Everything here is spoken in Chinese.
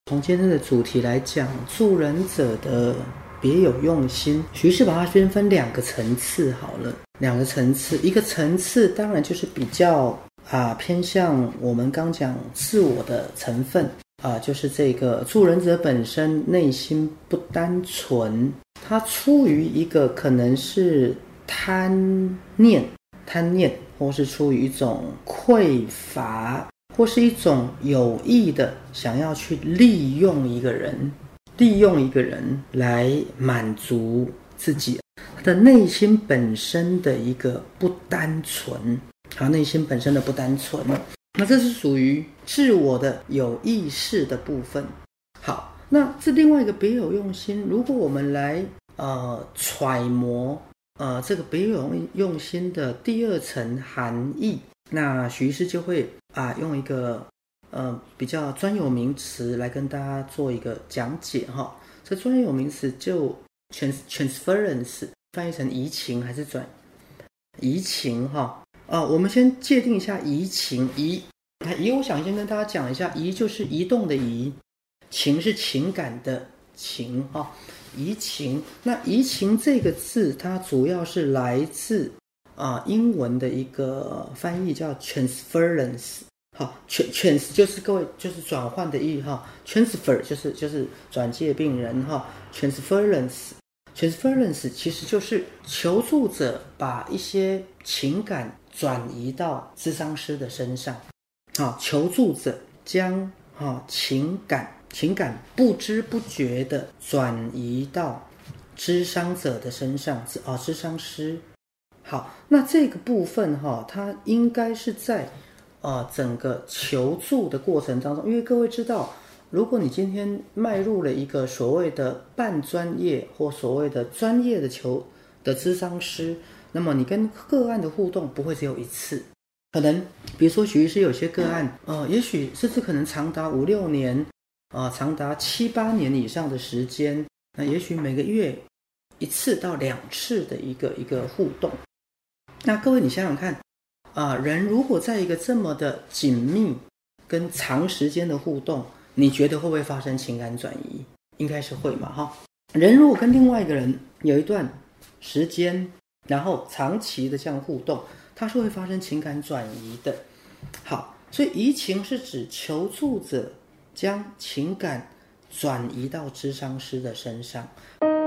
从今天的主题来讲，助人者的别有用心，徐氏把它先分两个层次好了。两个层次，一个层次当然就是比较偏向我们刚讲自我的成分就是这个助人者本身内心不单纯，他出于一个可能是贪念，或是出于一种匮乏，或是一种有意的想要去利用一个人来满足自己他的内心本身的一个不单纯，内心本身的不单纯，那这是属于自我的有意识的部分。好，那这另外一个别有用心，如果我们来揣摩这个别有用心的第二层含义，那徐医师就会用一个比较专有名词来跟大家做一个讲解哈。这专有名词就 transference 翻译成移情还是移情哈。我们先界定一下移情。移我想先跟大家讲一下，移就是移动的移，情是情感的情哈。移情，那移情这个字它主要是来自英文的一个翻译叫 transference。好 trans 就是各位就是转换的意哈 ，transfer 就是转介病人哈 ，transference 其实就是求助者把一些情感转移到咨商师的身上，求助者将情感不知不觉的转移到咨商者的身上，咨商师。好，那这个部分它应该是在整个求助的过程当中，因为各位知道，如果你今天迈入了一个所谓的半专业或所谓的专业的咨商师，那么你跟个案的互动不会只有一次，可能比如说徐医师有些个案也许甚至可能长达5-6年长达7-8年以上的时间，那也许每个月1次到2次的一个互动。那各位你想想看人如果在一个这么的紧密跟长时间的互动，你觉得会不会发生情感转移？应该是会嘛哈。人如果跟另外一个人有一段时间，然后长期的这样互动，它是会发生情感转移的。好，所以移情是指求助者将情感转移到咨商师的身上。